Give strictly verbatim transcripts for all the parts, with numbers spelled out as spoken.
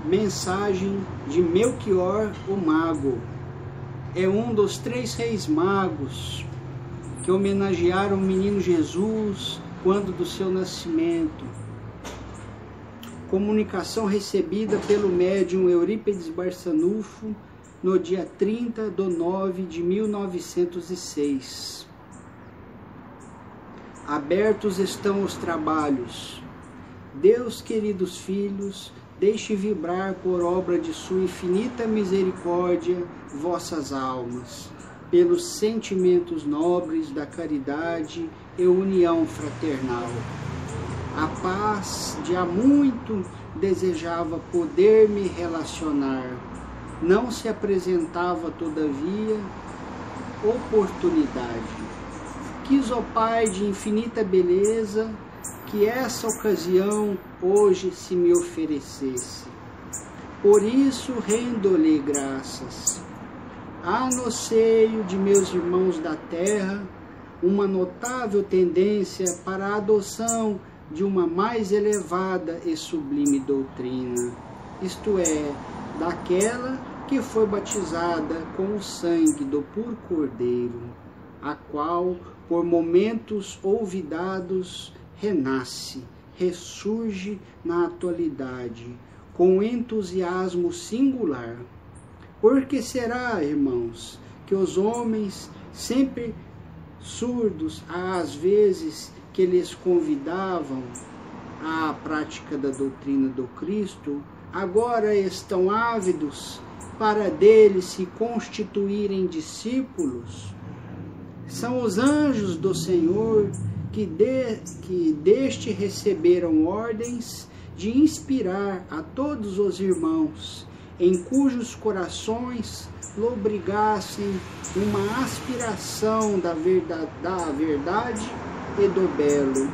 Mensagem de Melquior o Mago. É um dos três reis magos que homenagearam o menino Jesus quando do seu nascimento. Comunicação recebida pelo médium Eurípides Barçanufo no dia trinta de nove de mil novecentos e seis. Abertos estão os trabalhos. Deus, queridos filhos, deixe vibrar por obra de sua infinita misericórdia vossas almas, pelos sentimentos nobres da caridade e união fraternal. A paz de há muito desejava poder me relacionar, não se apresentava todavia oportunidade. Quis, ó Pai de infinita beleza, que essa ocasião hoje se me oferecesse. Por isso rendo-lhe graças. Há no seio de meus irmãos da terra uma notável tendência para a adoção de uma mais elevada e sublime doutrina, isto é, daquela que foi batizada com o sangue do puro Cordeiro, a qual, por momentos olvidados, renasce, ressurge na atualidade, com entusiasmo singular. Porque será, irmãos, que os homens, sempre surdos às vezes que lhes convidavam à prática da doutrina do Cristo, agora estão ávidos para dele se constituírem discípulos? São os anjos do Senhor que, de, que deste receberam ordens de inspirar a todos os irmãos, em cujos corações lobrigassem uma aspiração da verdade, da verdade e do belo.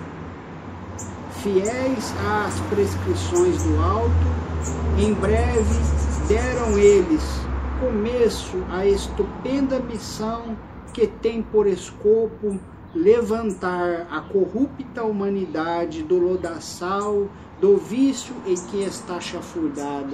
Fiéis às prescrições do alto, em breve deram eles começo à estupenda missão que tem por escopo levantar a corrupta humanidade do lodaçal do vício em que está chafurdada.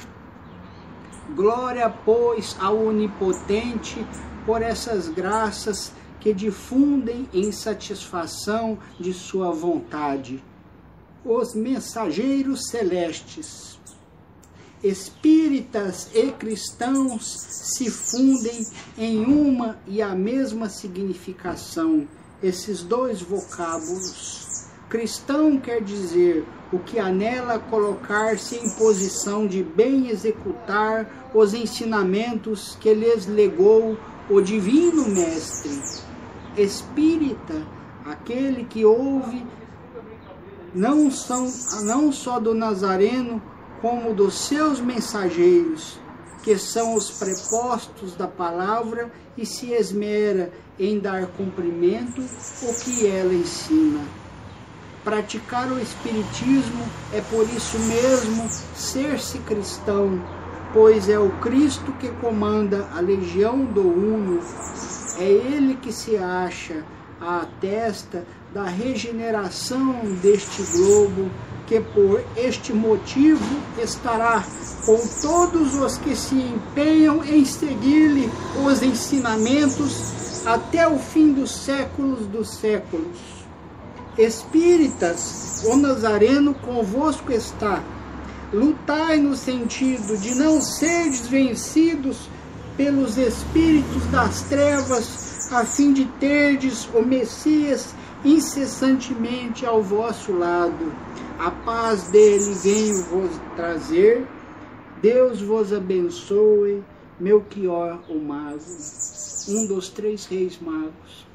Glória, pois, ao Onipotente por essas graças que difundem em satisfação de sua vontade. Os mensageiros celestes, espíritas e cristãos, se fundem em uma e a mesma significação. Esses dois vocábulos. Cristão quer dizer o que anela colocar-se em posição de bem executar os ensinamentos que lhes legou o Divino Mestre. Espírita, aquele que ouve não, são, não só do Nazareno, como dos seus mensageiros, que são os prepostos da palavra, e se esmera em dar cumprimento ao que ela ensina. Praticar o Espiritismo é por isso mesmo ser-se cristão, pois é o Cristo que comanda a legião do Uno, é Ele que se acha à testa da regeneração deste globo, que por este motivo estará com todos os que se empenham em seguir-lhe os ensinamentos até o fim dos séculos dos séculos. Espíritas, o Nazareno convosco está. Lutai no sentido de não serdes vencidos pelos espíritos das trevas, a fim de terdes o Messias incessantemente ao vosso lado. A paz dele venho vos trazer. Deus vos abençoe. Melquior o Mago, um dos três reis magos.